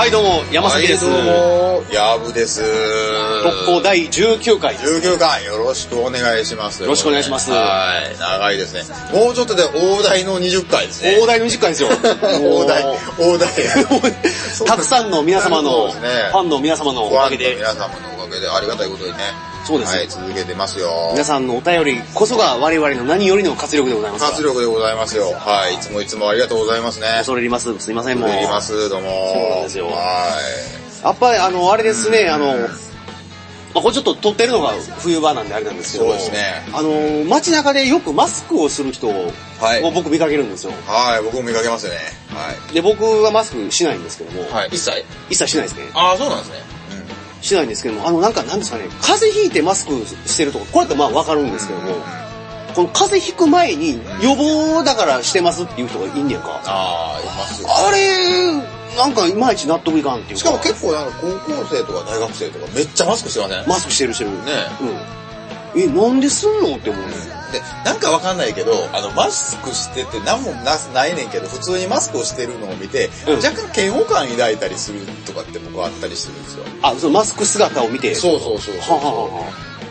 はいどうも、山崎です。 はいどうも、ヤブです。 特攻第19回です。 19回、よろしくお願いします。 よろしくお願いします。 はい、長いですね。もうちょっとで大台の20回ですね。 大台の20回ですよ。 大台。 たくさんの皆様の、ファンの皆様のおかげで。 皆様のおかげでありがたいことにね。 そうです。 はい、続けてますよ。 皆さんのお便りこそが我々の何よりの活力でございます。 活力でございますよ。はい、いつもありがとうございますね。 恐れ入ります。すいません、もう。 恐れ入ります、どうも。 そうなんですよ。 はい。 やっぱりあれですね、これちょっと撮ってるのが冬場なんであれなんですけど、 そうですね。 街中でよくマスクをする人を僕見かけるんですよ。 はい、僕も見かけますよね。はい。 で、僕はマスクしないんですけども。 はい、一切しないですね。 ああ、そうなんですね。 しないんですけども、なんですかね、風邪ひいてマスクしてるとか、これってまあわかるんですけども、この風邪ひく前に予防だからしてますっていう人がいんねんか。 ああ、いますよ。 あれ、なんかいまいち納得いかんっていうか。 しかも結構高校生とか大学生とかめっちゃマスクしてません？ マスクしてる。ね。うん。なんですんのって思うんですよ。 で、なんかわかんないけど、マスクしてて何もないねんけど、普通にマスクをしてるのを見て、若干嫌悪感抱いたりするとかって僕はあったりするんですよ。 あ、そのマスク姿を見て。 そう。 は。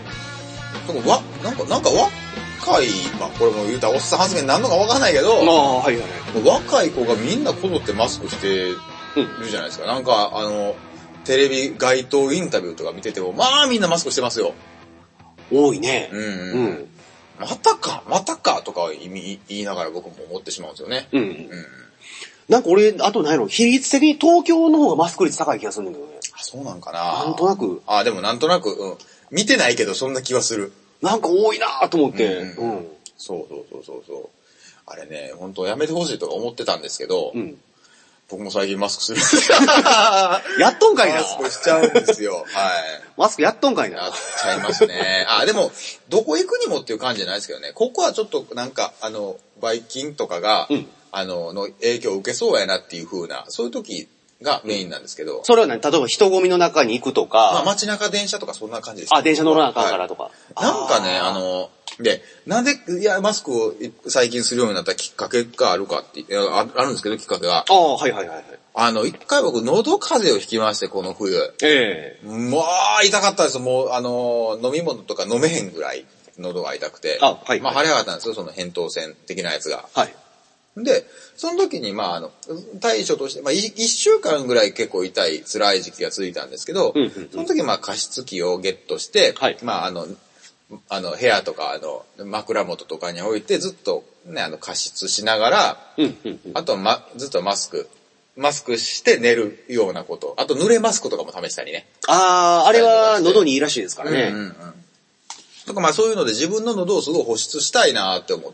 なんか若い、まあこれも言うたらおっさん発言なんのかわかんないけど、 はい。 若い子がみんなこぞってマスクしてるじゃないですか。なんかテレビ街頭インタビューとか見てても、まあみんなマスクしてますよ。 多いね。 またかとか言いながら僕も思ってしまうんですよね。 なんか俺、あと何やろ、比率的に東京の方がマスク率高い気がするんだけどね。 あ、そうなんかな。 なんとなく。 でもなんとなく、見てないけどそんな気はする。 なんか多いなぁと思って。 そう。あれね、本当やめてほしいとか思ってたんですけど、僕も最近マスクする。 やっとんかいな。 マスクしちゃうんですよ。はい。 マスクやっとんかいな。 やっちゃいますね。でも、どこ行くにもっていう感じじゃないですけどね。ここはちょっとなんか、ばい菌とかが、の影響を受けそうやなっていう風な、そういう時がメインなんですけど。 それはね、例えば人混みの中に行くとか。 まあ街中電車とかそんな感じです、 ね。電車乗らなあかんからとか。 なんかね、で、なんで、マスクを最近するようになったきっかけがあるかって、あるんですけど、きっかけが。 はい。 一回僕、喉風邪をひきまして、この冬。もう、痛かったです。もう、飲み物とか飲めへんぐらい、喉が痛くて。まあ、腫れ上がったんですよ、その扁桃腺的なやつが。で、その時に、対処として、一週間ぐらい結構痛い、辛い時期が続いたんですけど、その時、加湿器をゲットして、部屋とか、枕元とかに置いて、ずっとね、加湿しながら、あとはずっとマスクして寝るようなこと。あと、濡れマスクとかも試したりね。 あれは喉にいいらしいですからね。 とかそういうので自分の喉をすごい保湿したいなって思って、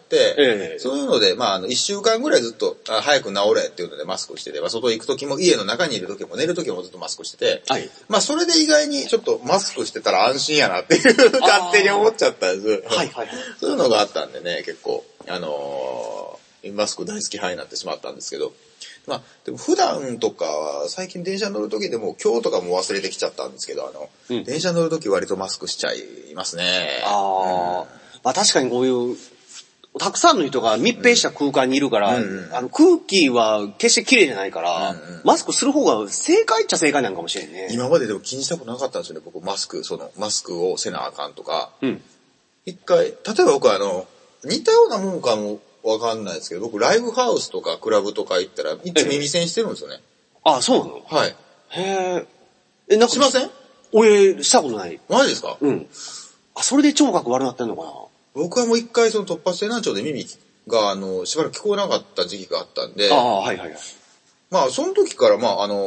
そういうので、一週間ぐらいずっと、早く治れっていうのでマスクしてて、外行く時も家の中にいる時も寝る時もずっとマスクしてて、それで意外にちょっとマスクしてたら安心やなっていう勝手に思っちゃったんです。そういうのがあったんでね、結構、マスク大好き派になってしまったんですけど、でも普段とかは最近電車乗るときでも今日とかも忘れてきちゃったんですけど、電車乗るとき割とマスクしちゃいますね。 確かにこういう、たくさんの人が密閉した空間にいるから、空気は決して綺麗じゃないから、マスクする方が正解っちゃ正解なんかもしれんね。 今まででも気にしたことなかったんですよね、僕マスクをせなあかんとか。一回、例えば僕似たようなもんかも、わかんないですけど、僕ライブハウスとかクラブとか行ったらいつ耳栓してるんですよね。 そうなの？ はい。 へー。 しません？ 俺、したことない。 マジですか？ それで聴覚悪なってんのかな？ 僕はもう一回突発性難聴で耳がしばらく聞こえなかった時期があったんで。その時から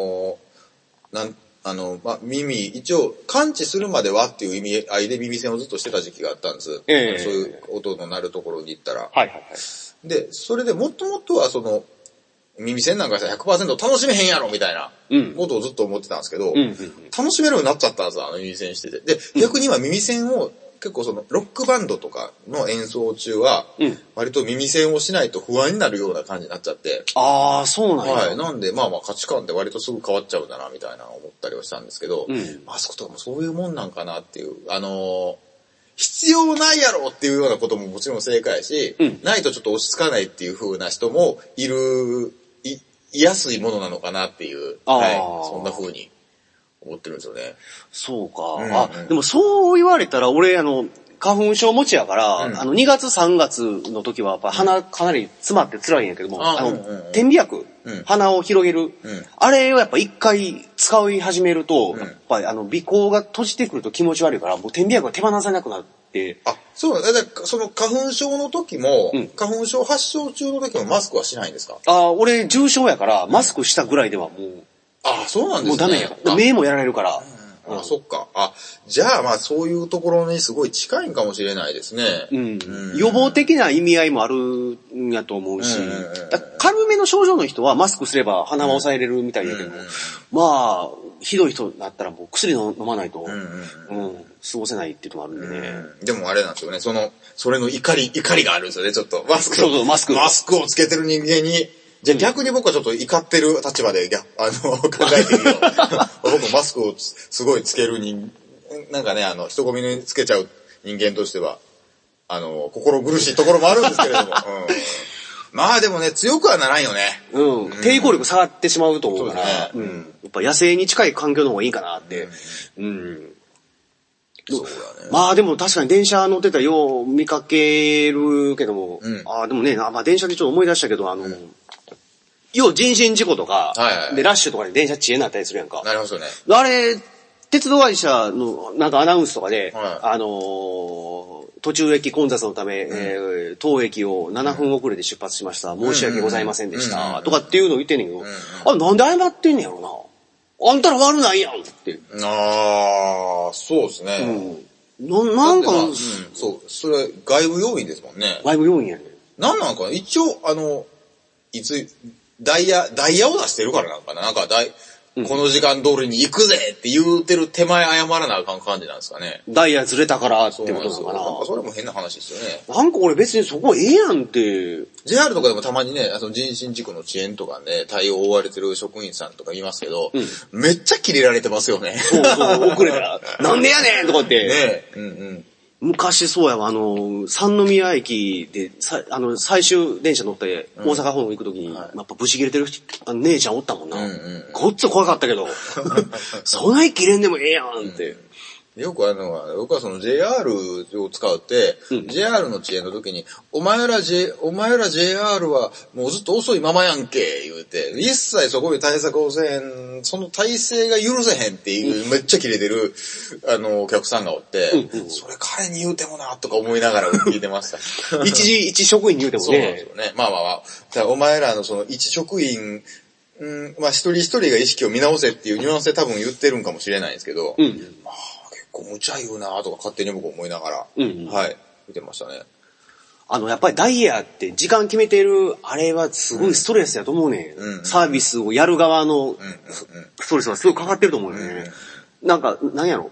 耳、一応、感知するまではっていう意味合いで耳栓をずっとしてた時期があったんです。そういう音の鳴るところに行ったら。で、それでもともとは耳栓なんかしたら 100% 楽しめへんやろみたいなことをずっと思ってたんですけど、楽しめるようになっちゃったんですよ、耳栓してて。で、逆に今耳栓を結構ロックバンドとかの演奏中は、割と耳栓をしないと不安になるような感じになっちゃって。 そうなんや。 なんで、価値観って割とすぐ変わっちゃうんだな、みたいな思ったりはしたんですけど、マスクとかもそういうもんなんかなっていう、必要ないやろっていうようなことももちろん正解やし、ないとちょっと落ち着かないっていう風な人もい安いものなのかなっていう、はい、そんな風に思ってるんですよね。 そうか。でもそう言われたら、俺花粉症持ちやから、2月3月の時はやっぱ鼻かなり詰まって辛いんやけども、点鼻薬、鼻を広げる、あれをやっぱ一回使い始めると、やっぱり鼻孔が閉じてくると気持ち悪いから、もう点鼻薬が手放せなくなって。 あ、そうだ。その花粉症の時も、花粉症発症中の時もマスクはしないんですか？ 俺重症やから、マスクしたぐらいではもう。 そうなんですね。 もうダメや。目もやられるから。 そっか。じゃあそういうところにすごい近いんかもしれないですね。 予防的な意味合いもあるんやと思うし、軽めの症状の人はマスクすれば鼻は抑えれるみたいだけど、ひどい人だったらもう薬飲まないと、過ごせないっていうのもあるんでね。 でもあれなんですよね。それの怒りがあるんですよね、ちょっと。マスクをつけてる人間に、じゃあ逆に僕はちょっと怒ってる立場で考えてみよう。僕マスクをすごいつけるなんかね、人混みにつけちゃう人間としては、心苦しいところもあるんですけれども。でもね、強くはならんよね。 抵抗力下がってしまうと思うから、やっぱ野生に近い環境の方がいいかなって。そうだね。でも確かに電車乗ってたらよう見かけるけども、でもね、電車でちょっと思い出したけど、要人身事故とか、で、ラッシュとかで電車遅延になったりするやんか。 なりますよね。 あれ、鉄道会社のなんかアナウンスとかで、途中駅混雑のため、当駅を7分遅れで出発しました。申し訳ございませんでした。とかっていうのを言ってんねんけど、なんで謝ってんねやろな。あんたら悪ないやんって。 そうですね。 なんか、 そう、それは外部要因ですもんね。 外部要因やね。 なんなのかな一応、ダイヤを出してるからなんかな。なんかこの時間通りに行くぜって言うてる手前謝らなあかん感じなんですかね。 ダイヤずれたからってことなのかな。 なんかそれも変な話ですよね。 なんか俺別にそこええやんって。 JR とかでもたまにね、人身事故の遅延とかね、対応を追われてる職員さんとか言いますけど、めっちゃキレられてますよね。 そう、遅れたら。なんでやねんとかって。 ね昔そうやわ、三宮駅で、最終電車乗って大阪方面行くときに、やっぱブチ切れてる姉ちゃんおったもんな。ごっつ怖かったけど、そない切れんでもええやんって。 よく僕はその JR を使うって、JR の遅延の時に、お前ら JR はもうずっと遅いままやんけ、言うて、一切そこに対策をせへん、その体制が許せへんっていう、めっちゃキレてる、お客さんがおって、それ彼に言うてもな、とか思いながら聞いてました。 一職員に言うてもね。そうなんですよね。お前らのその一職員、一人一人が意識を見直せっていうニュアンスで多分言ってるんかもしれないんですけど、無茶言うなぁとか勝手に僕思いながら、見てましたね。 やっぱりダイヤって時間決めてる、あれはすごいストレスやと思うね。サービスをやる側のストレスはすごいかかってると思うよね。なんか、なんやろ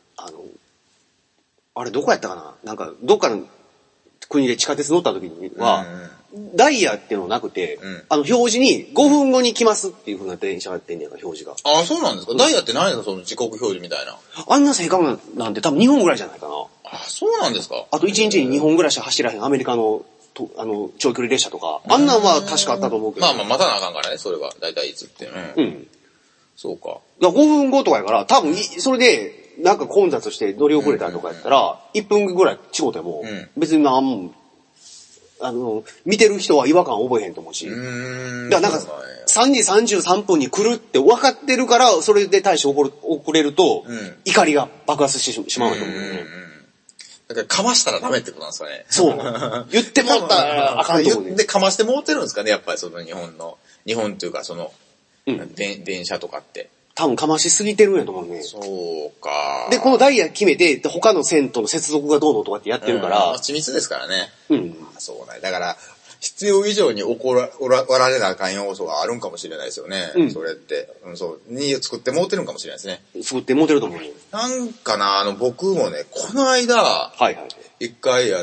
あれどこやったかななんか、どっかの国で地下鉄乗った時には、ダイヤっていうのなくて、表示に5分後に来ますっていう風な電車がやってんねやんか、表示が。 そうなんですか。ダイヤって何ですか、その時刻表示みたいな。 あんな正確なんて多分2本ぐらいじゃないかな。 そうなんですか。 あと1日に2本ぐらいしか走らへんアメリカの、長距離列車とか。あんなんは確かあったと思うけど。 待たなあかんからね、それは。だいたいいつって。そうか。 5分後とかやから、多分、それで、なんか混雑して乗り遅れたとかやったら、1分ぐらい違うても、別に見てる人は違和感覚えへんと思うし。だからなんか、3時33分に来るって分かってるから、それで対して遅れると、怒りが爆発してしまうと思うね。 だからかましたらダメってことなんですかね。 そう。言ってもったらあかんと思うね。 で、かましてもうてるんですかね、やっぱりその日本というかその、電車とかって。 多分かましすぎてるんやと思うね。 そうか。 で、このダイヤ決めて、他の線との接続がどうのとかってやってるから。 緻密ですからね。そうね。だから、必要以上に笑られなあかん要素があるんかもしれないですよね。それって。に作ってもうてるんかもしれないですね。 作ってもうてると思うね。 なんかな、僕もね、この間、一回、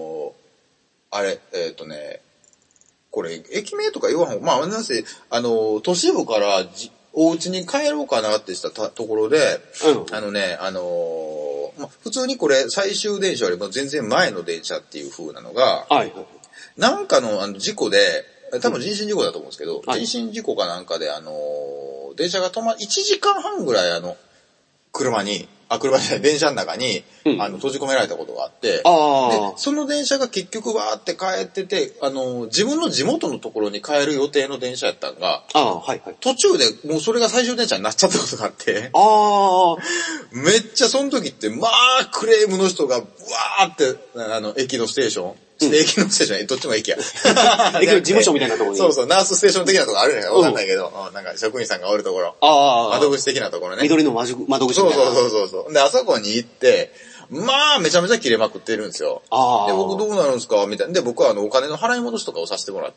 これ、駅名とか言わんほう。なんせ、都市部からお家に帰ろうかなってしたところで、普通にこれ最終電車よりも全然前の電車っていう風なのが、なんかの事故で、 多分人身事故だと思うんですけど、人身事故かなんかで電車が1時間半ぐらい電車の中に、閉じ込められたことがあって、で、その電車が結局わーって帰ってて、自分の地元のところに帰る予定の電車やったんが、途中でもうそれが最終電車になっちゃったことがあって、めっちゃその時って、まあ、クレームの人が、わーって、駅のステーション、駅のステーション、どっちも駅や。 駅の事務所みたいなところに。 そうそう、ナースステーション的なところあるんやわかんないけど、なんか職員さんがおるところ。窓口的なところね。 緑の窓口みたいな。 そう。で、あそこに行って、まあ、めちゃめちゃ切れまくってるんですよ。で、僕どうなるんですかみたいな。で、僕はお金の払い戻しとかをしてもらって、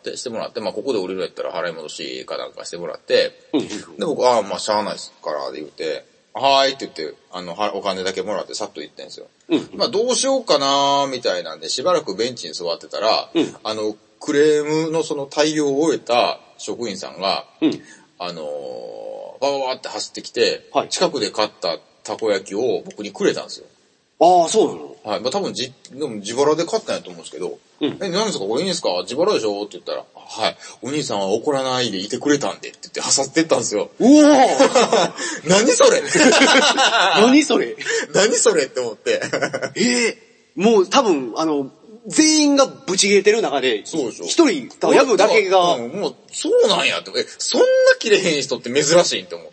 まあ、ここで降りるやったら払い戻しかなんかしてもらって、で、僕、まあ、しゃあないですから、で言って、はーいって言って、お金だけもらってさっと行ってんですよ。まあ、どうしようかなーみたいなんで、しばらくベンチに座ってたら、クレームのその対応を終えた職員さんが、バババって走ってきて、近くで買ったたこ焼きを僕にくれたんですよ。 そうなの？ はい。まあ、多分でも自腹で買ったんやと思うんですけど、何ですかこれいいんですか自腹でしょって言ったら、はい。お兄さんは怒らないでいてくれたんでって言って挟ってったんですよ。何それ何それ何それって思って。 もう多分、全員がブチ切れてる中で、一人、ヤブだけが、 もう、そうなんやって。そんな切れへん人って珍しいって思って。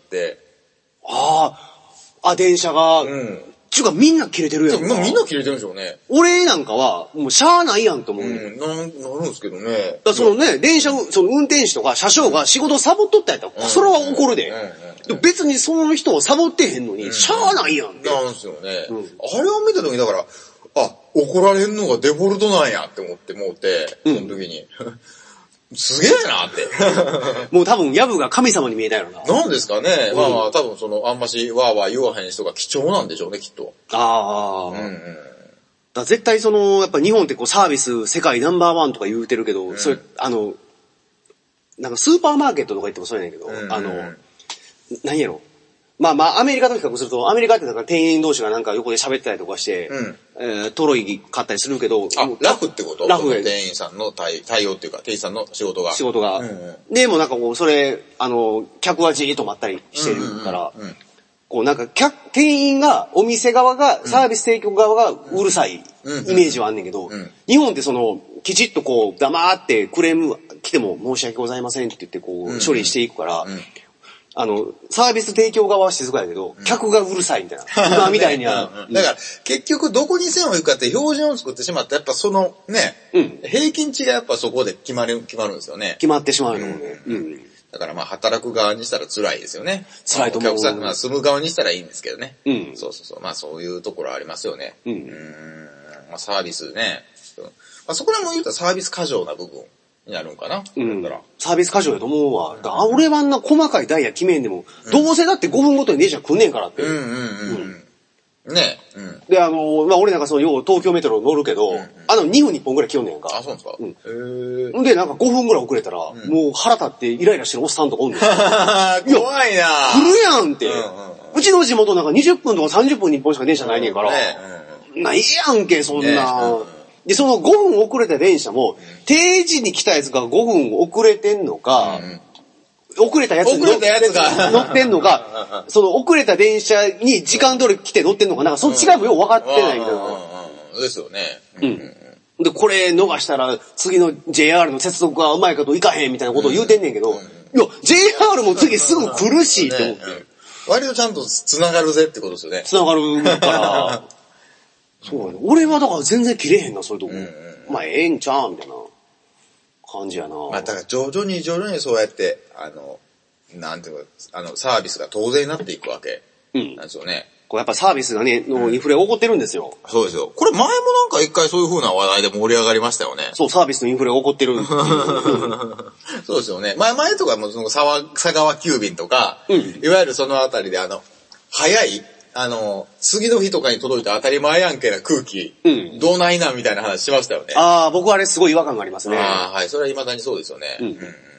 電車が、ちゅうかみんな切れてるやん。 みんな切れてるんでしょうね。 俺なんかは、もうしゃーないやんと思う。なるんですけどね。 そのね、電車、その運転手とか車掌が仕事サボっとったやったら、それは怒るで。別にその人をサボってへんのに、しゃーないやんって。 なんですよね。あれを見た時に、だから、怒られんのがデフォルトなんやって思ってもうて、その時に。すげえなって。 もう多分、ヤブが神様に見えたやろな。 なんですかね。まあ多分あんましわーわー言わへん人が貴重なんでしょうね、きっと。 だ絶対やっぱ日本ってサービス世界ナンバーワンとか言うてるけど、それ、なんかスーパーマーケットとか言ってもそうやねんけど、何やろ。まあ、アメリカと比較すると、アメリカってなんか店員同士がなんか横で喋ってたりとかして、トロイ買ったりするけど、 ラフってことラフで。 店員さんの対応っていうか、店員さんの仕事が。 でもなんかそれ、客はじーっと待ったりしてるから、なんか、店員が、お店側が、サービス提供側がうるさいイメージはあんねんけど、日本ってきちっと黙ってクレーム来ても申し訳ございませんって言って処理していくから、サービス提供側は静かやけど、客がうるさいみたいな。今みたいにだから、結局どこに線を引くかって標準を作ってしまったら、やっぱ平均値がやっぱそこで決まるんですよね。 決まってしまうのね。 だからまあ働く側にしたら辛いですよね。 辛いと思う。 お客さん、住む側にしたらいいんですけどね。まあそういうところありますよね。まあサービスね。まあそこらも言うとサービス過剰な部分になるんかな。 サービス過剰やと思うわ。俺はあんな細かいダイヤ決めんでも、どうせだって5分ごとに電車来んねんからって。 ねで、まあ俺なんか要は東京メトロ乗るけど、2分に1本ぐらい来よんねんか。 そうですか。 で、なんか5分ぐらい遅れたら、もう腹立ってイライラしてるおっさんとかおんねん。 怖いな来るやんって。うちの地元なんか20分とか30分に1本しか電車ないねんから。ないやんけ、そんな。で、その5分遅れた電車も、定時に来たやつが5分遅れてんのか、遅れたやつが乗ってんのか、遅れた電車に時間通り来て乗ってんのか、なんかそっちがよう分かってないみたいな。 ですよね。 で、これ逃したら次の JR の接続がうまいこといかへんみたいなことを言うてんねんけど、いや、JR も次すぐ来るしって思って。 割とちゃんと繋がるぜってことですよね。 繋がるから。そうね。俺はだから全然切れへんな、そういうとこ。まあ、ええんちゃうみたいな感じやな。 まあ、だから徐々にそうやって、なんていうか、サービスが当然になっていくわけ。なんですよね。 やっぱサービスがね、インフレ起こってるんですよ。 そうですよ。これ前もなんか一回そういう風な話題で盛り上がりましたよね。 そう、サービスのインフレ起こってる。 そうですよね。前とかも佐川急便とか、いわゆるそのあたりで早い、次の日とかに届いた当たり前やんけな空気、どうないなみたいな話しましたよね。 僕はあれすごい違和感がありますね。 はい。それは未だにそうですよね。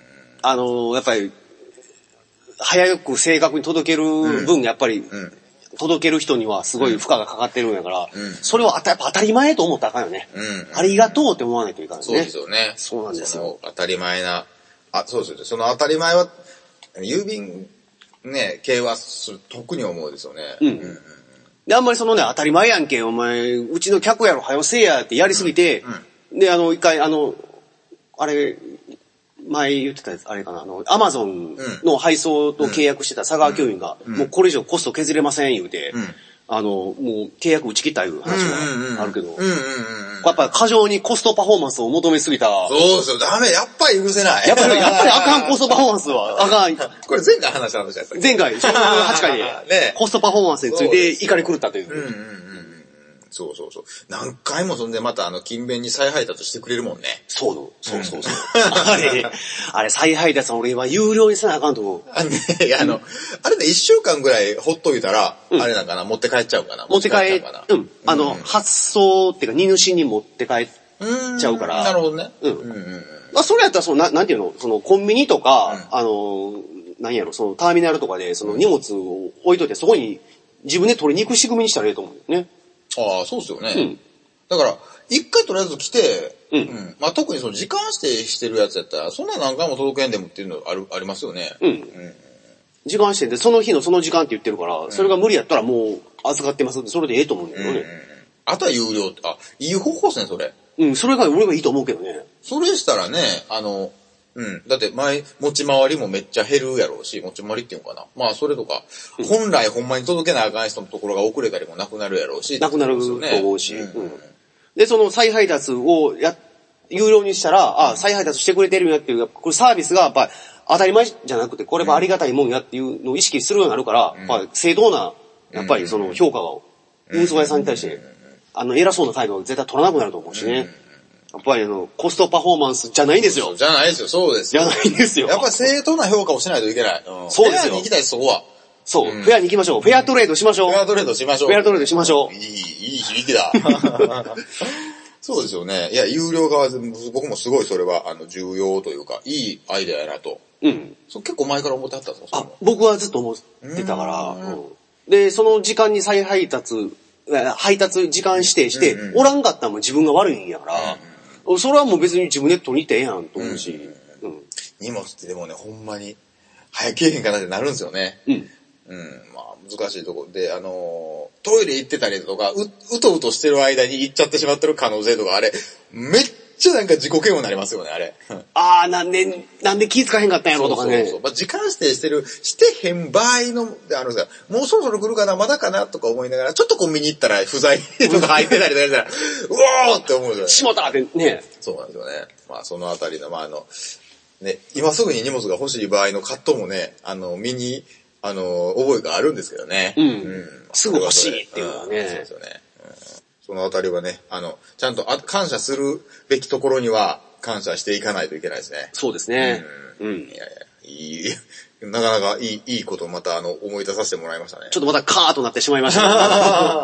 やっぱり、早く正確に届ける分、やっぱり、 届ける人にはすごい負荷がかかってるんやから、それをやっぱ当たり前と思ったらあかんよね。ありがとうって思わないといかんね。 そうですよね。 そうなんですよ。 当たり前な、そうですよね。その当たり前は、郵便ね、系は特に思うですよね。 で、あんまりそのね、当たり前やんけ、お前、うちの客やろ、はよせえやってやりすぎて、で、一回、あれ、前言ってたやつ、あれかな、アマゾンの配送と契約してた佐川教員が、もうこれ以上コスト削れません言うて、もう契約打ち切ったいう話があるけど、やっぱり過剰にコストパフォーマンスを求めすぎた。 そうですよ、ダメ、やっぱり許せない。 やっぱりあかんコストパフォーマンスは、あかん。 これ前回話した話やったっけ？ 前回、8回で、コストパフォーマンスについて怒り狂ったという。 そう。何回もそんでまた勤勉に再配達してくれるもんね。 そう。あれ再配達は俺今有料にせなあかんと思う。 あれで1週間ぐらいほっといたら、あれなんかな、持って帰っちゃうかな。 持って帰っちゃうかな。発送っていうか荷主に持って帰っちゃうから。 なるほどね。 それやったらなんていうの、コンビニとか、何やろ、ターミナルとかで荷物を置いといてそこに自分で取りに行く仕組みにしたらいいと思うよね。 ああ、そうですよね。だから、一回とりあえず来て、まあ特に時間指定してるやつやったら、そんな何回も届けんでもっていうのありますよね。 時間指定で、その日のその時間って言ってるから、それが無理やったらもう預かってますって、それでええと思うんだよね。 あとは有料って、いい方法ですね、それ。 それが俺はいいと思うけどね。 それしたらね、だって持ち回りもめっちゃ減るやろうし、持ち回りっていうのかな。まあそれとか、本来ほんまに届けなあかん人のところが遅れたりもなくなるやろうし。 なくなると思うし。で、その再配達を有料にしたら、再配達してくれてるんやっていう、これサービスがやっぱり当たり前じゃなくて、これはありがたいもんやっていうのを意識するようになるから、やっぱ正当な、やっぱりその評価を、運送屋さんに対して、偉そうな態度は絶対取らなくなると思うしね。やっぱりコストパフォーマンスじゃないんですよ。 じゃないですよ、そうですよ。 じゃないんですよ。 やっぱ正当な評価をしないといけない。 そうですよ。 フェアに行きたいです、そこは。 そう、フェアに行きましょう。フェアトレードしましょう。 フェアトレードしましょう。 フェアトレードしましょう。 いい響きだ。そうですよね。いや、有料側、僕もすごいそれは、重要というか、いいアイデアやなと。結構前から思ってはったんですか？ 僕はずっと思ってたから。で、その時間に再配達時間指定して、おらんかったのも自分が悪いんやから、それはもう別に自分で取りに行ってええやんと思うし。 荷物ってでもね、ほんまに、早けえへんかなってなるんですよね。まあ難しいところで、トイレ行ってたりとか、うとうとしてる間に行っちゃってしまってる可能性とか、あれ、めっちゃなんか自己嫌悪になりますよね、あれ。 なんで気ぃつかへんかったんやろとかね。 まあ、時間指定してへん場合の、あるんですよ。もうそろそろ来るかな、まだかな、とか思いながら、ちょっとコンビニ行ったら不在とか入ってたりとかしたら、うおーって思うんですよね。 しもたってね。 そうなんですよね。まあそのあたりの、ね、今すぐに荷物が欲しい場合のカットもね、見に、覚えがあるんですけどね。 すぐ欲しいっていうのはね。 そうですよね。そのあたりはね、ちゃんと感謝するべきところには感謝していかないといけないですね。 そうですね。 なかなかいいことをまた思い出させてもらいましたね。 ちょっとまたカーッとなってしまいました。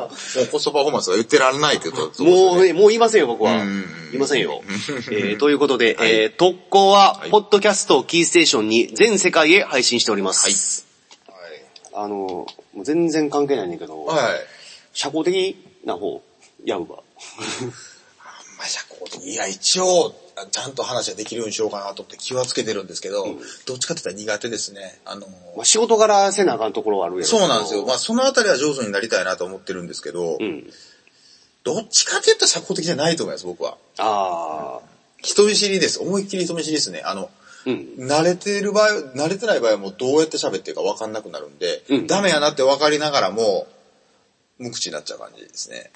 もうコストパフォーマンスは言ってられないけど。 もう言いませんよ、僕は。言いませんよ。ということで、特攻は、ポッドキャストキーステーションに全世界へ配信しております。もう全然関係ないんだけど、社交的な方、やうば。 社交的。いや、一応、ちゃんと話ができるようにしようかなと思って気はつけてるんですけど、どっちかって言ったら苦手ですね。 仕事柄せなあかんところはあるやろ。 そうなんですよ。そのあたりは上手になりたいなと思ってるんですけど、どっちかって言ったら社交的じゃないと思います、僕は。人見知りです。思いっきり人見知りですね。慣れてない場合はもうどうやって喋ってるか分かんなくなるんで、ダメやなって分かりながらも、無口になっちゃう感じですね。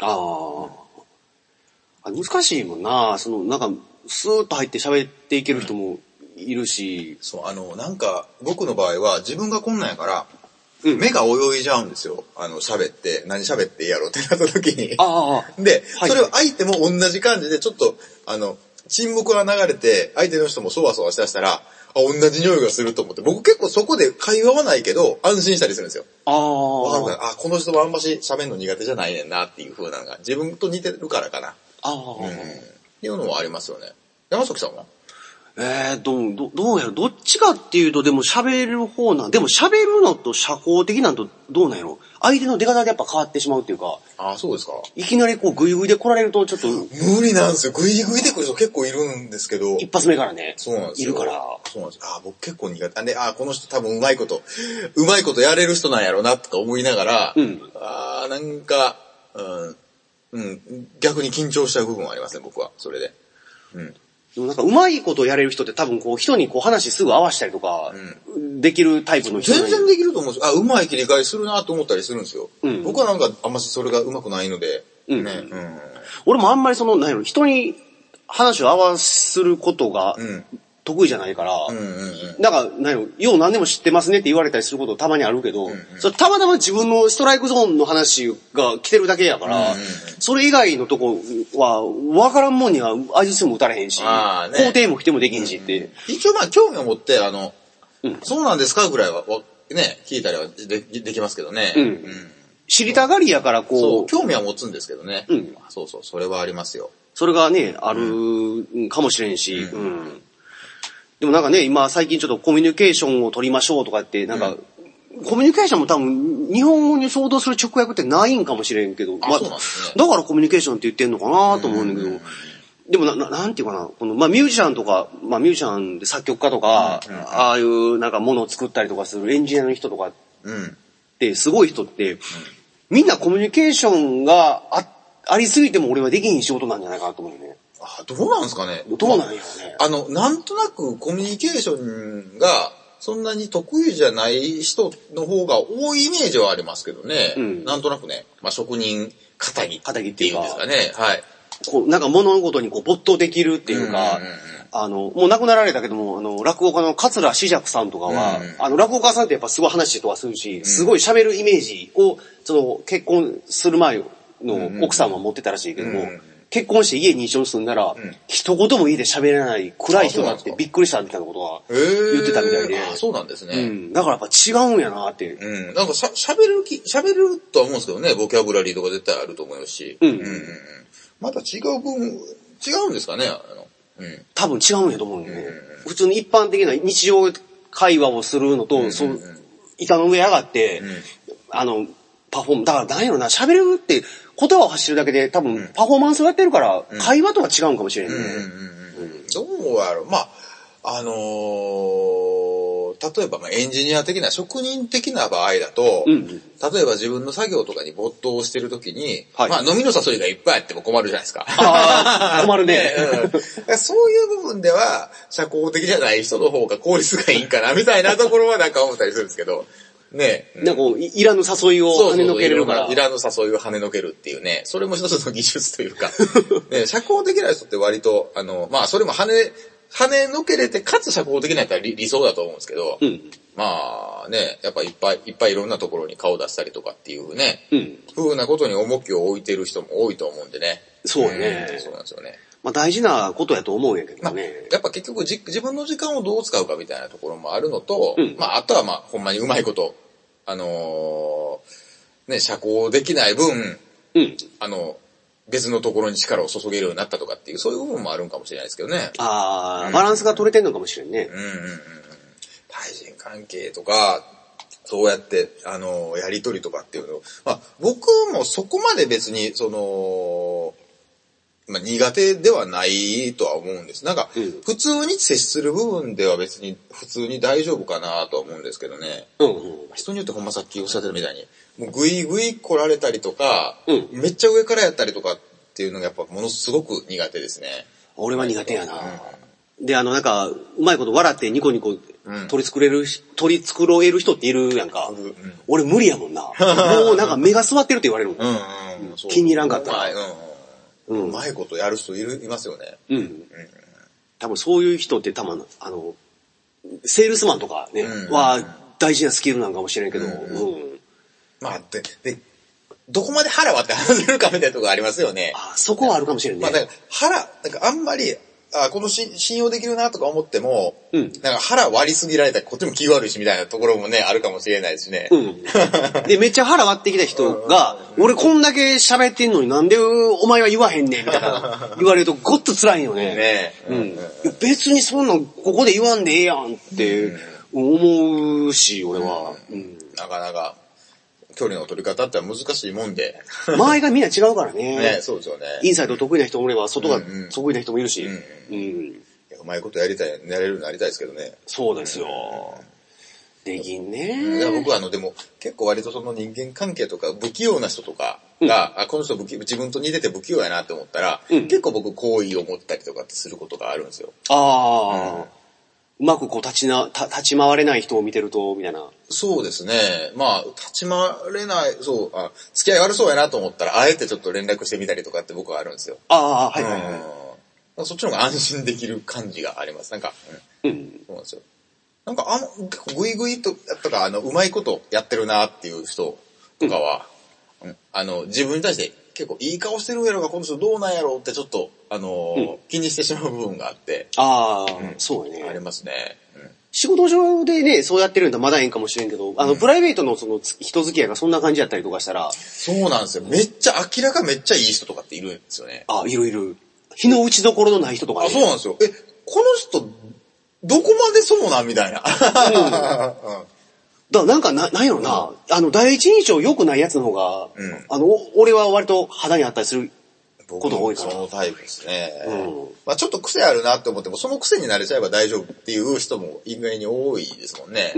難しいもんな。なんか、スーッと入って喋っていける人もいるし。 なんか、僕の場合は自分がこんなんやから、目が泳いじゃうんですよ。喋って、何喋っていいやろってなった時に。で、それを相手も同じ感じで、ちょっと、沈黙が流れて、相手の人もそわそわしだしたら、同じ匂いがすると思って、僕結構そこで会話はないけど、安心したりするんですよ。わかるかな？この人はあんまし喋るの苦手じゃないねんなっていう風なのが、自分と似てるからかな。っていうのもありますよね。山崎さんは？ どうやろ、どっちかっていうと、でも喋る方でも喋るのと社交的なんとどうなんやろ。相手の出方でやっぱ変わってしまうっていうか。 ああ、そうですか。 いきなりこうグイグイで来られるとちょっと。 無理なんですよ。グイグイで来る人結構いるんですけど。 一発目からね。 そうなんですよ。 いるから。 そうなんですよ。僕結構苦手。で、この人多分うまいことやれる人なんやろうなとか思いながら、なんか、逆に緊張しちゃう部分はありますね、僕は。それで。 でもなんかうまいことやれる人って多分こう人にこう話すぐ合わしたりとか、できるタイプの人。 全然できると思うんですよ。うまい切り替えするなと思ったりするんですよ。僕はなんかあんまりそれがうまくないので。 俺もあんまりなんやろ、人に話を合わすることが得意じゃないから、なんか、なんやろ、よう何でも知ってますねって言われたりすることたまにあるけど、それたまたま自分のストライクゾーンの話が来てるだけやから、それ以外のとこは、わからんもんには相槌も打たれへんし、肯定も否定もできんしって。 一応興味を持って、そうなんですかぐらいは、ね、聞いたりはできますけどね。 知りたがりやからそう、興味は持つんですけどね。そう、それはありますよ。 それがね、あるかもしれんし、でもなんかね、今最近ちょっとコミュニケーションを取りましょうとかって、なんか、コミュニケーションも多分、日本語に相当する直訳ってないんかもしれんけど、 そうなんですね。 だからコミュニケーションって言ってんのかなと思うんだけど、でもなんていうかな、ミュージシャンとか、ミュージシャンで作曲家とか、ああいうなんかものを作ったりとかするエンジニアの人とかって、すごい人って、みんなコミュニケーションがありすぎても俺はできひん仕事なんじゃないかなと思うよね。 どうなんですかね。 どうなんやろね。 なんとなくコミュニケーションがそんなに得意じゃない人の方が多いイメージはありますけどね。なんとなくね。職人肩着っていうんですかね。はい。 なんか物事に没頭できるっていうか、もう亡くなられたけども、落語家の桂枝雀さんとかは、落語家さんってやっぱすごい話とかするし、すごい喋るイメージを、結婚する前の奥さんは持ってたらしいけども、結婚して家に一緒に住んだら、一言も家で喋れない暗い人だってびっくりしたみたいなことは言ってたみたいで。 そうなんですね。 だからやっぱ違うんやなって。 なんか喋るとは思うんですけどね、ボキャブラリーとか絶対あると思うし。また違うんですかね。 多分違うんやと思うんだよね。普通に一般的な日常会話をするのと、板の上上がって、パフォーム、だから何やろな、喋るって言葉を発してるだけで多分パフォーマンスをやってるから、会話とは違うんかもしれないね。 どうやろう。例えばエンジニア的な職人的な場合だと、例えば自分の作業とかに没頭してるときに、飲みの誘いがいっぱいあっても困るじゃないですか。 困るね。 そういう部分では社交的じゃない人の方が効率がいいんかなみたいなところはなんか思ったりするんですけど。ね。 なんかいらぬ誘いを跳ねのけれるから。 いらぬ誘いを跳ねのけるっていうね。それも一つの技術というか。ね、社交的な人って割と、それも跳ねのけれて、かつ社交的なやったら理想だと思うんですけど、やっぱいっぱいいろんなところに顔出したりとかっていうね、風なことに重きを置いてる人も多いと思うんでね。 そうね。 そうなんですよね。 大事なことやと思うんやけどね。 やっぱ結局自分の時間をどう使うかみたいなところもあるのと、あとはほんまにうまいこと、社交できない分、別のところに力を注げるようになったとかっていう、そういう部分もあるんかもしれないですけどね。 バランスが取れてんのかもしれんね。 対人関係とか、そうやって、やりとりとかっていうのを、僕もそこまで別に、苦手ではないとは思うんです。なんか、普通に接する部分では別に普通に大丈夫かなとは思うんですけどね。人によってほんまさっきおっしゃってたみたいに、もうグイグイ来られたりとか、めっちゃ上からやったりとかっていうのがやっぱものすごく苦手ですね。 俺は苦手やな。で、なんか、うまいこと笑ってニコニコ取り繕える人っているやんか。俺無理やもんな。もうなんか目が座ってるって言われるもん。気に入らんかったら。 うまいことやる人いますよね。 多分そういう人ってセールスマンとかね、は大事なスキルなんかもしれんけど。 で、どこまで腹割って話せるかみたいなところありますよね。 そこはあるかもしれんね。 なんかあんまり、 この信用できるなとか思っても、なんか腹割りすぎられたらこっちも気悪いしみたいなところもね、あるかもしれないですね。 で、めっちゃ腹割ってきた人が、俺こんだけ喋ってんのになんでお前は言わへんねんみたいな言われるとごっつ辛いよね。別にそんなんここで言わんでええやんって思うし、俺は。 なかなか。距離の取り方って難しいもんで。 周りがみんな違うからね。 ね、そうですよね。 インサイド得意な人もいれば、外が得意な人もいるし。 うまいことやれるようになりたいですけどね。 そうですよ。できんね。 いや僕はでも、結構割とその人間関係とか、不器用な人とかが、この人自分と似てて不器用やなって思ったら、結構僕好意を持ったりとかってすることがあるんですよ。 うまくこう立ち回れない人を見てると、みたいな。 そうですね。まあ、立ち回れない、付き合い悪そうやなと思ったら、あえてちょっと連絡してみたりとかって僕はあるんですよ。そっちの方が安心できる感じがあります。なんか、そうなんですよ。なんか結構グイグイとか、うまいことやってるなっていう人とかは、自分に対して結構いい顔してるやろが、この人どうなんやろうってちょっと、気にしてしまう部分があって。 そうね。 ありますね。 仕事上でね、そうやってるんだまだいいんかもしれんけど、プライベートのその人付き合いがそんな感じやったりとかしたら。 そうなんですよ。明らかめっちゃいい人とかっているんですよね。 いる。日の打ちどころのない人とかね。そうなんですよ。この人、どこまでそうなんみたいな。 なんかなんやろな、第一印象良くないやつの方が、俺は割と肌にあったりすることが多いから。 そのタイプですね。まあちょっと癖あるなって思っても、その癖に慣れちゃえば大丈夫っていう人も意外に多いですもんね。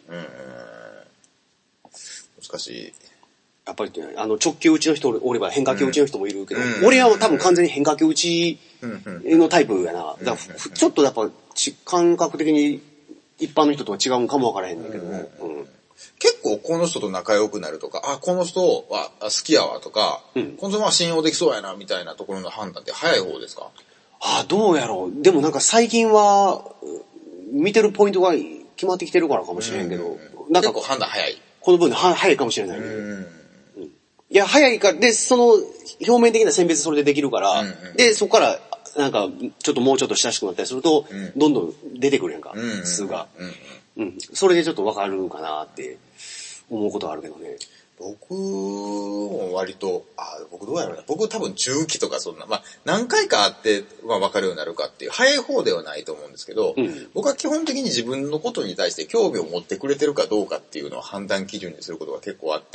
難しい。 やっぱり直球打ちの人おれば変化球打ちの人もいるけど、俺は多分完全に変化球打ちのタイプやな。だからちょっとやっぱ感覚的に一般の人とは違うんかもわからへんねんけど、 結構この人と仲良くなるとか、この人は好きやわとか、この人は信用できそうやなみたいなところの判断って早い方ですか？ どうやろう。でもなんか最近は見てるポイントが決まってきてるからかもしれへんけど、 なんか結構判断早い。 この分で早いかもしれないね。いや、早いか、で、その表面的な選別それでできるから、で、そこからなんかちょっともうちょっと親しくなったりすると、どんどん出てくるやんか、数が。それでちょっとわかるかなって思うことはあるけどね。 僕も割と、僕どうやろうな。僕多分中期とかそんな、何回かあって、わかるようになるかっていう、早い方ではないと思うんですけど、僕は基本的に自分のことに対して興味を持ってくれてるかどうかっていうのを判断基準にすることが結構あって、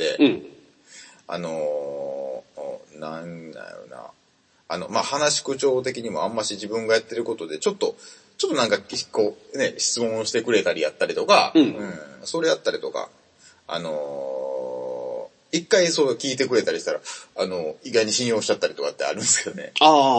なんだろうな。話口調的にもあんまし自分がやってることで、ちょっとなんか、こう、ね、質問してくれたりやったりとか、それやったりとか、一回そう聞いてくれたりしたら、意外に信用しちゃったりとかってあるんですけどね。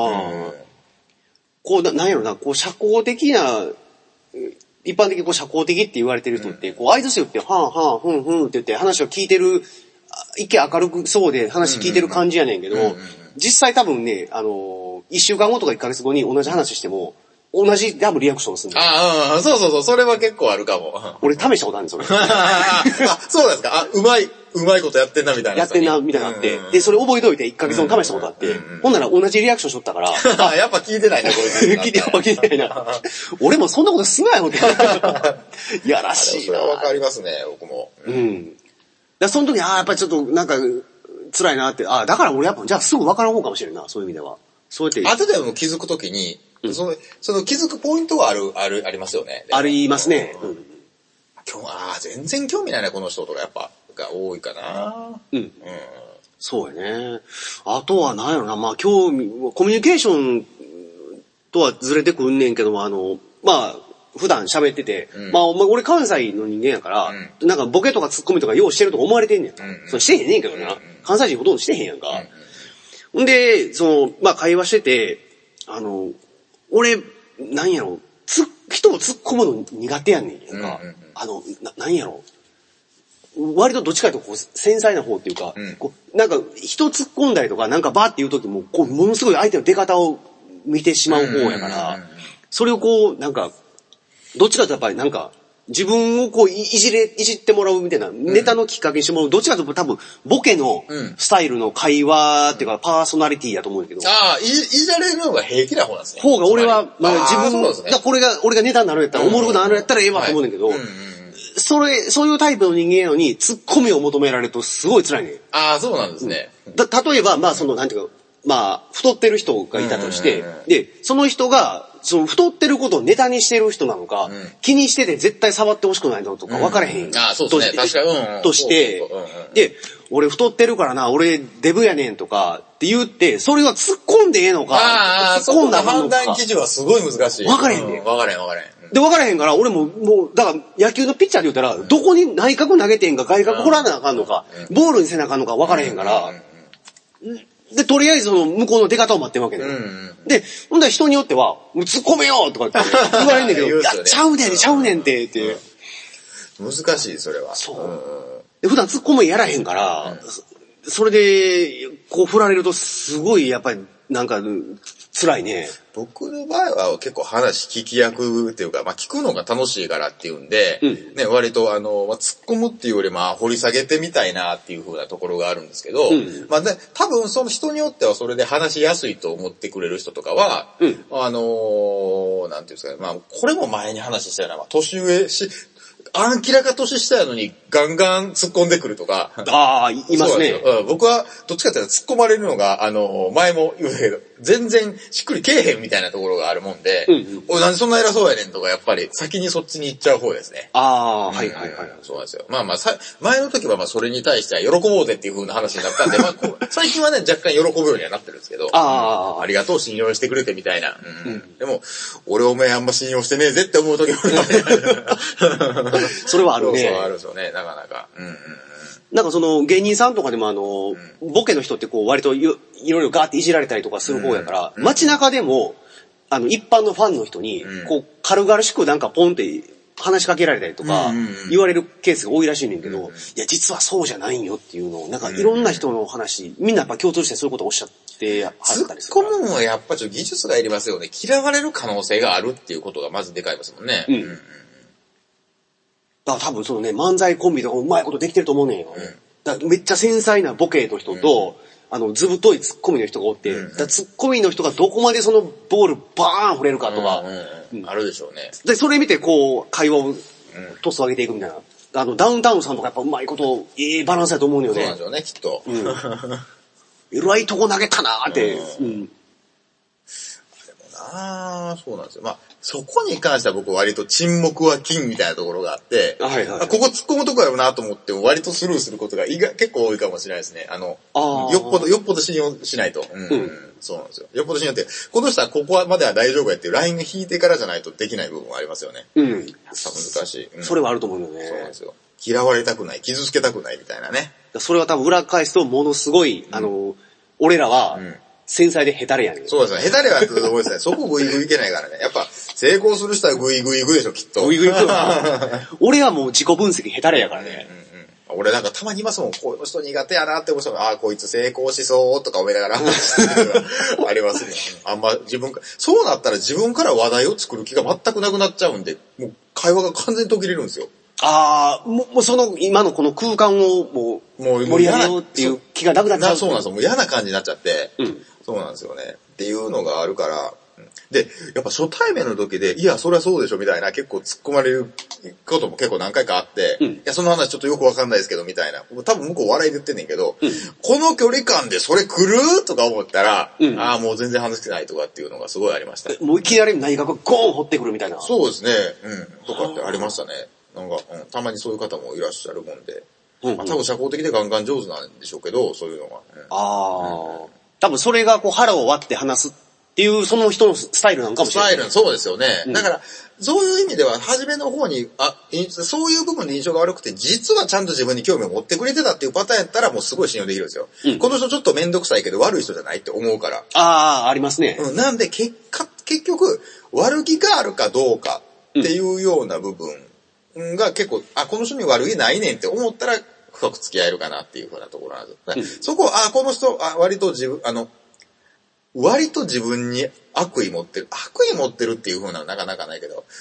こう、なんやろな、こう、社交的な、一般的にこう、社交的って言われてる人って、こう、合図してって、ふんって言って話を聞いてる、一見明るくそうで話聞いてる感じやねんけど、実際多分ね、一週間後とか一ヶ月後に同じ話しても、同じ多分リアクションするの。 そう、それは結構あるかも。 俺試したことあるんですよ。 そうですか。うまいことやってんなみたいな。 やってんなみたいなのあって、で、それ覚えといて1ヶ月後試したことあって、ほんなら同じリアクションしとったから。 やっぱ聞いてないな、こいつ。 やっぱ聞いてないな。俺もそんなことすなよって。やらしいな。 それはわかりますね、僕も。 その時、やっぱりちょっとなんか辛いなって、だから俺やっぱ、じゃあすぐわからん方かもしれんな、そういう意味では。そうやって。 後でも気づくときに、その気づくポイントはありますよね。 ありますね。 全然興味ないな、この人とかやっぱ、が多いかな。 そうやね。あとは何やろな、興味、コミュニケーションとはずれてくんねんけども、普段喋ってて、俺関西の人間やから、なんかボケとかツッコミとかようしてるとか思われてんねん。それしてへんねんけどな。関西人ほとんどしてへんやんか。んで、会話してて、俺、なんやろ、人を突っ込むの苦手やねんか。なんやろ、割とどっちかというとこう繊細な方っていうか、なんか人突っ込んだりとか、なんかバーって言う時も、こう、ものすごい相手の出方を見てしまう方やから、それをこう、なんか、どっちかとやっぱりなんか、 自分をこういじってもらうみたいな、ネタのきっかけにしてもらう、どっちかというと多分、ボケのスタイルの会話っていうか、パーソナリティやと思うんだけど。 ああ、いじられるのが平気な方なんですね。 方が俺は、まあ自分、だこれが、俺がネタになるやったら、おもろくなるやったらええわと思うんだけど、そういうタイプの人間やのに、ツッコミを求められるとすごい辛いね。 ああ、そうなんですね。 例えば、まあなんていうか、まあ、太ってる人がいたとして、で、その人が、太ってることをネタにしてる人なのか、気にしてて絶対触ってほしくないのとか分からへん。 ああ、そうですね。確かに。 として、で、俺太ってるからな、俺デブやねんとかって言って、それは突っ込んでええのか、 突っ込んだ判断基準はすごい難しい。 分からへんね。 分からへん。 で、分からへんから、俺もう、だから野球のピッチャーで言ったら、どこに内角投げてんか外角掘らなあかんのか、ボールにせなあかんのか分からへんから、で、とりあえず向こうの出方を待ってるわけね。で、ほんだら人によっては、もう突っ込めよとか言われるんだけど、いや、ちゃうねんって、 難しい、それは。 そう。で、普段突っ込めやらへんから、それで、こう振られるとすごい、やっぱり、なんか、辛いね。 僕の場合は結構話聞き役っていうか、まあ聞くのが楽しいからっていうんで、ね、割と突っ込むっていうより掘り下げてみたいなっていう風なところがあるんですけど、まあ多分その人によってはそれで話しやすいと思ってくれる人とかは、なんていうんですかね、まあこれも前に話したような、年上明らか年下やのにガンガン突っ込んでくるとか。 ああ、いますね。 僕はどっちかっていうと突っ込まれるのが、前も言うけど、全然しっくりけえへんみたいなところがあるもんで、俺なんでそんな偉そうやねんとか、やっぱり先にそっちに行っちゃう方ですね。 ああ、はい。 そうなんですよ。まあ前の時はそれに対しては喜ぼうぜっていう風な話になったんで、最近はね、若干喜ぶようにはなってるんですけど、ありがとう信用してくれてみたいな。でも、俺お前あんま信用してねえぜって思う時もそれはあるね。 そうあるんですよね、なかなか。 なんか芸人さんとかでもボケの人ってこう割といろいろガーっていじられたりとかする方やから、街中でも、一般のファンの人に、こう、軽々しくなんかポンって話しかけられたりとか、言われるケースが多いらしいねんけど、いや、実はそうじゃないんよっていうのを、なんかいろんな人の話、みんなやっぱ共通してそういうことをおっしゃってはったりする。 突っ込むのはやっぱちょっと技術がいりますよね。嫌われる可能性があるっていうことがまずでかいですもんね。 だから多分漫才コンビとかうまいことできてると思うねんよ。だからめっちゃ繊細なボケの人と、ずぶといツッコミの人がおって、ツッコミの人がどこまでそのボールバーン振れるかとか、 あるでしょうね。 で、それ見てこう、会話をトス上げていくみたいな。ダウンタウンさんとかやっぱうまいこと、いいバランスだと思うよね。 そうなんですよね、きっと。 えらいとこ投げたなーって。 そうなんですよ。まあ、そこに関しては僕割と沈黙は金みたいなところがあって、ここ突っ込むとこやろうなと思っても割とスルーすることが結構多いかもしれないですね。よっぽど信用しないと。そうなんですよ。よっぽど信用って、この人はここまでは大丈夫やっていうラインが引いてからじゃないとできない部分はありますよね。やっぱ難しい。 それはあると思うよね。 そうなんですよ。嫌われたくない、傷つけたくないみたいなね。 それは多分裏返すとものすごい、俺らは、繊細でヘタレやねん。 そうですね。ヘタレはってとこですね。そこグイグイいけないからね。やっぱ、成功する人はグイグイいくでしょ、きっと。 グイグイいくよな。俺はもう自己分析ヘタレやからね。 俺なんかたまにいますもん。こういう人苦手やなって思う人が、こいつ成功しそうとか思いながらありますね。あんまそうなったら自分から話題を作る気が全くなくなっちゃうんで、もう会話が完全に途切れるんですよ。 もう今のこの空間をもう盛り上げようっていう気がなくなっちゃう。 そうなんですよ。もう嫌な感じになっちゃって。そうなんですよね。っていうのがあるから。で、やっぱ初対面の時で、いや、そりゃそうでしょみたいな結構突っ込まれることも結構何回かあって、いや、その話ちょっとよくわかんないですけど、みたいな。多分向こう笑いで言ってんねんけど、この距離感でそれ来るとか思ったら、もう全然話してないとかっていうのがすごいありました。 もういきなり内角ゴーン掘ってくるみたいな。 そうですね。とかってありましたね。なんか、たまにそういう方もいらっしゃるもんで。多分社交的でガンガン上手なんでしょうけど、そういうのが。 多分それがこう腹を割って話すっていうその人のスタイルなんかもしれない。 スタイル、そうですよね。だから、そういう意味では、初めの方に、そういう部分で印象が悪くて、実はちゃんと自分に興味を持ってくれてたっていうパターンやったら、もうすごい信用できるんですよ。この人ちょっとめんどくさいけど悪い人じゃないって思うから。 ありますね。 なんで、結局、悪気があるかどうかっていうような部分が結構、この人に悪気ないねんって思ったら、深く付き合えるかなっていうふうなところなんですよ。そこは、この人、割と自分に悪意持ってるっていう風なのはなかなかないけど、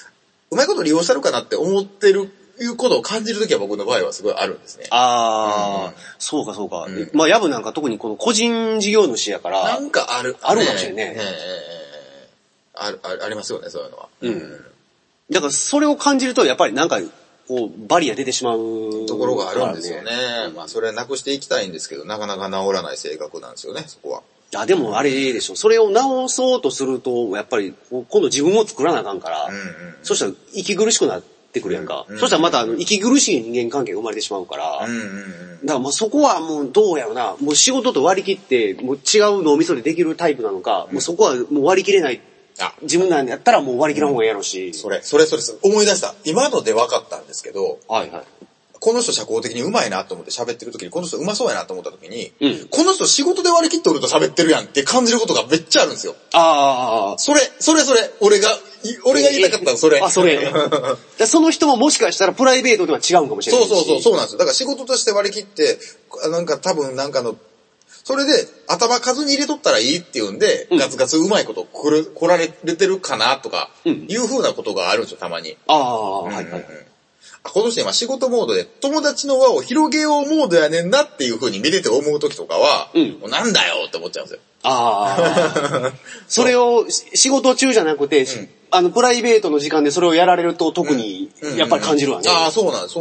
うまいこと利用したるかなって思ってる、いうことを感じるときは僕の場合はすごいあるんですね。 そうかそうか。まあ、ヤブなんか特にこの個人事業主やから。 なんかあるかもしれんね。 ありますよね、そういうのは。 だからそれを感じると、やっぱりなんか、こう、バリア出てしまうところがあるんですよね。まあ、それはなくしていきたいんですけど、なかなか治らない性格なんですよね、そこは。 でもあれでしょ。それを直そうとすると、やっぱり、今度自分を作らなあかんから、そしたら息苦しくなってくるやんか。そしたらまた息苦しい人間関係が生まれてしまうから、だからまあそこはもうどうやろな、もう仕事と割り切って、もう違う脳みそでできるタイプなのか、もうそこはもう割り切れない。自分なんやったらもう割り切らん方がいいやろし。 それ、思い出した。今ので分かったんですけど、この人社交的に上手いなと思って喋ってる時に、この人上手そうやなと思った時に、この人仕事で割り切っておると喋ってるやんって感じることがめっちゃあるんですよ。それ。俺が言いたかったの、それ。 それ。その人ももしかしたらプライベートでは違うかもしれない。 そうなんですよ。だから仕事として割り切って、なんか多分なんかの、それで頭数に入れとったらいいっていうんで、ガツガツうまいこと来られてるかなとか、いう風なことがあるんですよ、たまに。この人今仕事モードで友達の輪を広げようモードやねんなっていう風に見れて思う時とかは、もうなんだよって思っちゃうんですよ。 それを仕事中じゃなくて、プライベートの時間でそれをやられると特にやっぱり感じるわね。 そうなんです。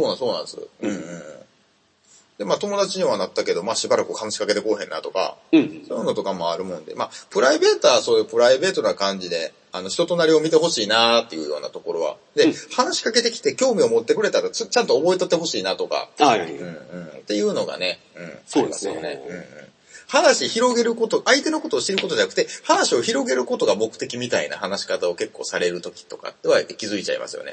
で、まあ友達にはなったけど、まあしばらく話しかけてこうへんなとか、そういうのとかもあるもんで、まあプライベートはそういうプライベートな感じで、人となりを見てほしいなーっていうようなところは。で、話しかけてきて興味を持ってくれたらちゃんと覚えとってほしいなとか、っていうのがね、 そうですよね。 話広げること、相手のことを知ることじゃなくて、話を広げることが目的みたいな話し方を結構される時とかっては気づいちゃいますよね。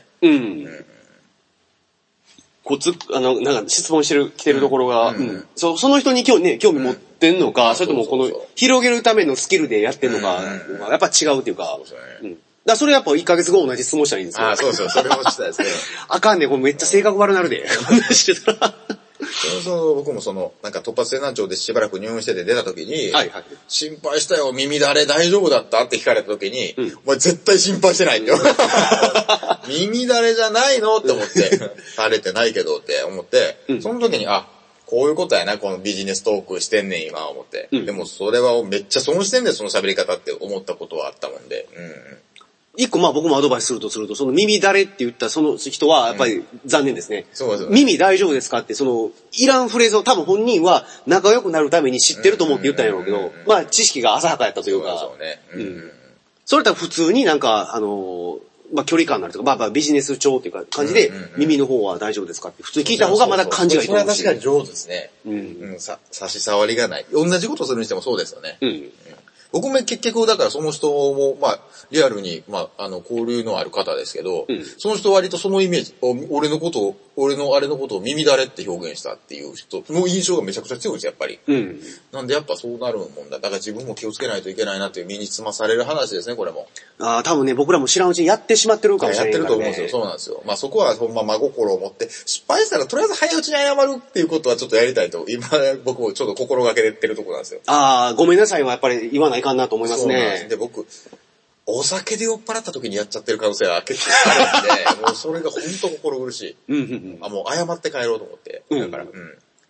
なんか質問来てるところが、その人に興味持ってんのか、それともこの広げるためのスキルでやってんのか、やっぱ違うっていうか、だそれやっぱ1ヶ月後同じ質問したらいいんですよ。 そう、それもしたいですね。 あかんね、これめっちゃ性格悪なるで、話してたら。 僕もなんか突発性難聴でしばらく入院してて出た時に、心配したよ、耳だれ大丈夫だったって聞かれた時に、お前絶対心配してないってよ。耳だれじゃないのって思って、垂れてないけどって思って、その時に、こういうことやな、このビジネストークしてんねん今思って。でもそれはめっちゃ損してんねん、その喋り方って思ったことはあったもんで。 一個僕もアドバイスすると、その耳だれって言ったその人はやっぱり残念ですね。耳大丈夫ですかって、いらんフレーズを多分本人は仲良くなるために知ってると思って言ったんやろうけど、まあ知識が浅はかやったというか。それとは普通になんか、距離感になるとか、ビジネス調っていうか感じで、耳の方は大丈夫ですかって普通に聞いた方がまだ感じがいいと思うし。 それは確かに上手ですね。差し障りがない。同じことするにしてもそうですよね。僕も結局だからその人も、リアルに、交流のある方ですけど、その人割とそのイメージ、俺のあれのことを耳だれって表現したっていう人の印象がめちゃくちゃ強いんですよ、やっぱり。なんでやっぱそうなるもんだ。だから自分も気をつけないといけないなっていう身につまされる話ですね、これも。 多分ね、僕らも知らんうちにやってしまってるかもしれない、 やってると思うんですよ、そうなんですよ。そこはほんま真心を持って、失敗したらとりあえず早いうちに謝るっていうことはちょっとやりたいと、今僕もちょっと心がけてるところなんですよ。 ごめんなさいはやっぱり言わないかんなと思いますね。 で、僕、お酒で酔っ払った時にやっちゃってる可能性は結構あるんで、もうそれが本当心苦しい。もう謝って帰ろうと思って。だから、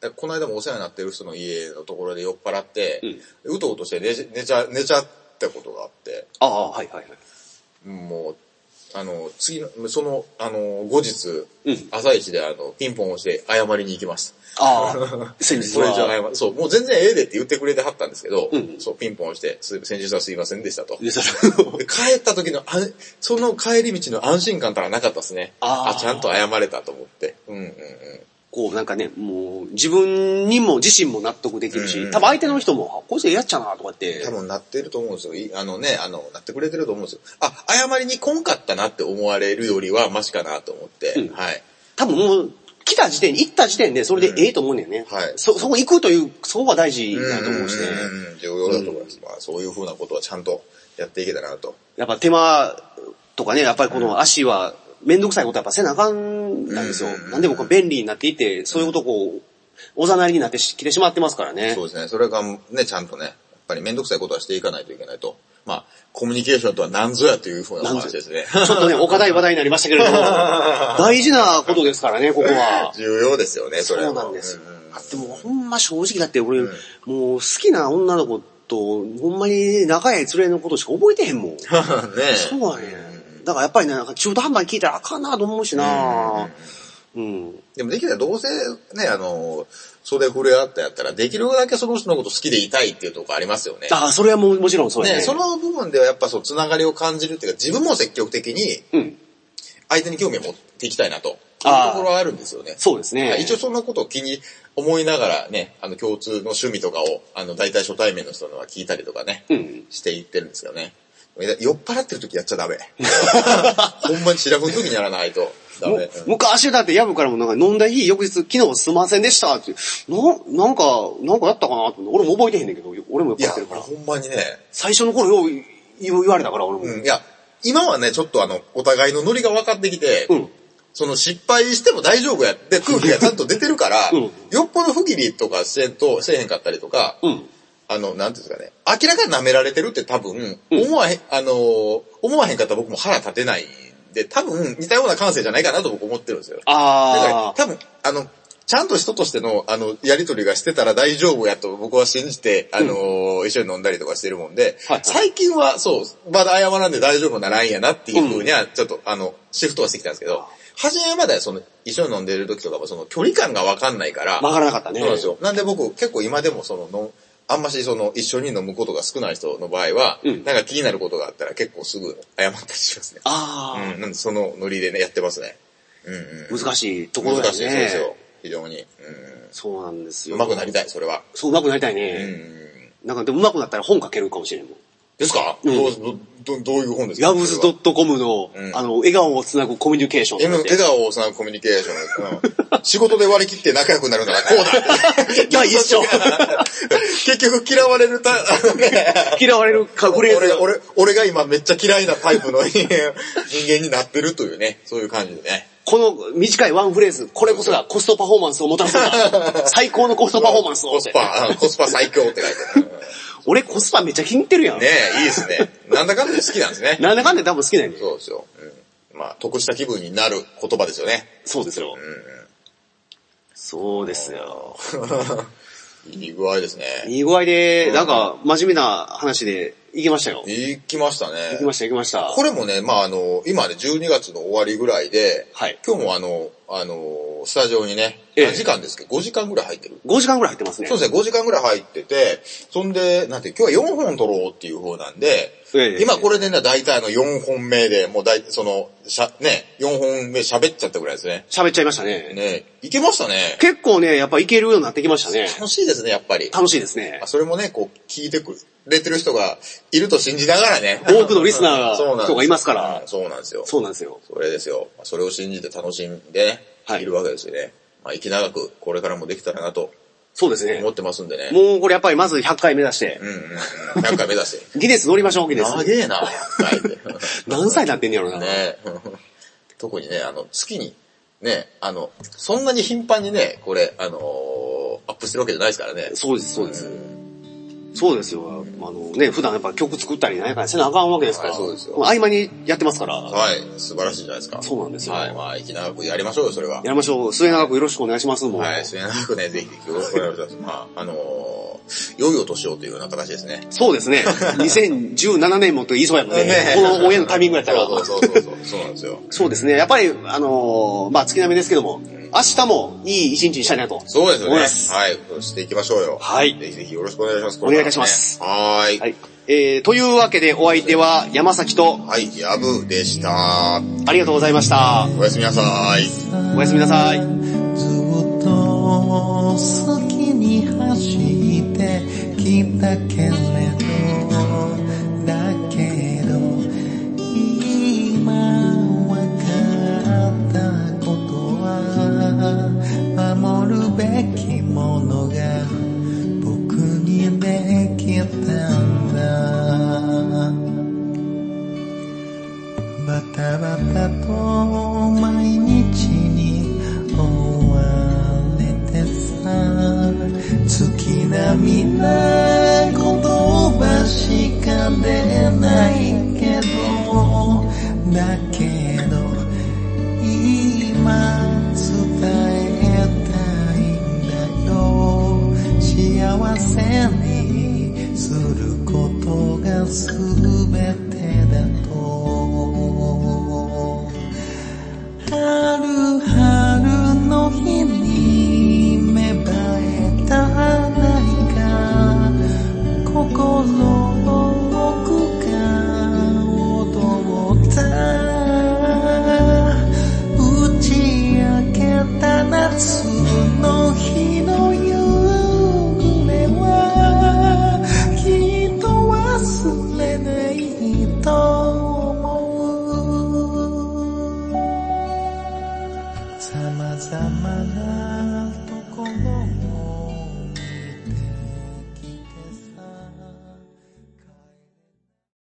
この間もお世話になってる人の家のところで酔っ払って、うとうとして寝ちゃったことがあって。もう、次の、後日、朝一でピンポンをして謝りに行きました。 先日は。 そう、もう全然ええでって言ってくれてはったんですけど、そう、ピンポンをして、先日はすいませんでしたと。で帰った時の、その帰り道の安心感たらなかったですね。ちゃんと謝れたと思って。 なんかね、もう、自分にも自身も納得できるし、多分相手の人も、こいつやっちゃなとかって。 多分なってると思うんですよ。なってくれてると思うんですよ。謝りに来んかったなって思われるよりはマシかなと思って。 多分もう、行った時点でそれでええと思うねんね。そこ行くという、そこが大事だと思うしね。 重要だと思います。そういうふうなことはちゃんとやっていけたらなと。 やっぱ手間とかね、やっぱりこの足は、めんどくさいことはやっぱせなあかんなんですよ。なんでも便利になっていて、そういうことをおざなりになってきてしまってますからね。 そうですね。それがね、ちゃんとね、やっぱりめんどくさいことはしていかないといけないとまあ、コミュニケーションとは何ぞやというふうな話ですね。 ちょっとね、お堅い話題になりましたけれども、大事なことですからね、ここは。 重要ですよね、それは。 そうなんですよ。でもほんま正直だって俺、もう好きな女の子と、ほんまに仲良い連れのことしか覚えてへんもん。ねそうやね。だからやっぱりね、中途半端に聞いたらあかんなと思うしなでもできたらどうせね、袖触れ合ったやったら、できるだけその人のこと好きでいたいっていうところありますよね。 ああ、それはもちろんそうですね。 その部分ではやっぱそう、つながりを感じるっていうか、自分も積極的に、相手に興味を持っていきたいなと。いうところはあるんですよね。 そうですね。 一応そんなことを気に思いながらね、共通の趣味とかを、大体初対面の人のは聞いたりとかね、していってるんですよね。酔っ払ってる時やっちゃダメ。ほんまに白くの時にやらないとダメ。 昔だってヤブからもなんか飲んだ日、翌日昨日すいませんでしたって、なんかやったかなって俺も覚えてへんねんけど、俺も酔っ払ってるから。 ほんまにね。 最初の頃よう言われたから俺も。 いや、今はね、ちょっとお互いのノリが分かってきて、その失敗しても大丈夫やって空気がちゃんと出てるから、よっぽど不義理とかせえへんかったりとか、なんていうんですかね、明らかに舐められてるって多分、思わへんかったら僕も腹立てないんで、多分似たような感性じゃないかなと僕思ってるんですよ。だから多分、ちゃんと人としての、やりとりがしてたら大丈夫やと僕は信じて、一緒に飲んだりとかしてるもんで、最近はそう、まだ謝らんで大丈夫ならんやなっていう風には、ちょっと、シフトはしてきたんですけど、初めはまだ一緒に飲んでる時とかは距離感がわかんないから。 わからなかったね。 そうなんですよ。なんで僕結構今でもあんまし一緒に飲むことが少ない人の場合は、なんか気になることがあったら結構すぐ謝ったりしますね。なんでそのノリでね、やってますね。 難しいところですね。 難しいですよ。非常に。 そうなんですよ。 上手くなりたい、それは。 そう、上手くなりたいね。なんかでも上手くなったら本書けるかもしれんもん。 ですか？どういう本ですか？ ヤブズ .com の、笑顔をつなぐコミュニケーション。 笑顔をつなぐコミュニケーション。仕事で割り切って仲良くなるならこうだって。 いや、一緒。 結局嫌われるかフレーズ。 俺が今めっちゃ嫌いなタイプの人間になってるというね、そういう感じでね。 この短いワンフレーズ、これこそがコストパフォーマンスをもたらすんだ。最高のコストパフォーマンスを。 コスパ最強って書いてある。 俺コスパめっちゃ気に入ってるやん。 ねえ、いいですね。なんだかんだで好きなんですね。 なんだかんだ多分好きなんだよ。 そうですよ。まあ、得した気分になる言葉ですよね。 そうですよ。そうですよ。 いい具合ですね。 いい具合で、なんか、真面目な話で行きましたよ。 行きましたね。 行きました。 これもね、まあ今ね、12月の終わりぐらいで、今日もスタジオにね、何時間ですけど、5時間ぐらい入ってる。 5時間ぐらい入ってますね。 そうですね、5時間ぐらい入ってて、そんで、今日は4本撮ろうっていう方なんで、今これでね、大体4本目で、もう4本目喋っちゃったぐらいですね。 喋っちゃいましたね。 ね、いけましたね。 結構ね、やっぱいけるようになってきましたね。 楽しいですね、やっぱり。 楽しいですね。 それもね、聞いてくれてる人がいると信じながらね。 多くのリスナー人がいますから。 そうなんですよ。 そうなんですよ。 それですよ。それを信じて楽しんでね、いるわけですよね。まあ、生き長くこれからもできたらなと。 そうですね。 思ってますんでね。 もうこれやっぱりまず100回目指して。 100回目指して。 ギネス乗りましょう、ギネス。 長えな、100回って。 何歳になってんねやろな。 ね特にね、月に、ね、そんなに頻繁にね、これ、アップしてるわけじゃないですからね。 そうです、そうです。そうですよ。普段やっぱ曲作ったり何かせなあかんわけですから。 そうですよ。 合間にやってますから。 はい。素晴らしいじゃないですか。 そうなんですよ。 はい。まあ、生き長くやりましょうよ、それは。 やりましょう。末永くよろしくお願いしますもん。 はい。末永くね、ぜひよろしくお願いします。まあ、良いお年をというような形ですね。 そうですね。2017年もと言いそうやもんね。この親のタイミングやったら。 そうなんですよ。 そうですね。やっぱり、月並みですけども、明日もいい一日にしたいなと。 そうですよね。はい。そうしていきましょうよ。 はい。 ぜひぜひよろしくお願いします。 お願いいたします。 はい。 というわけでお相手は山崎と、 はい、ヤブでした。 ありがとうございました。 おやすみなさい。 おやすみなさい。 ずっと好きに走ってきたけれど、だけど今わかったことは、守るべきものが僕にできたんだ。バタバタと毎日に追われてさ、月並みな言葉しか出ない様々なところを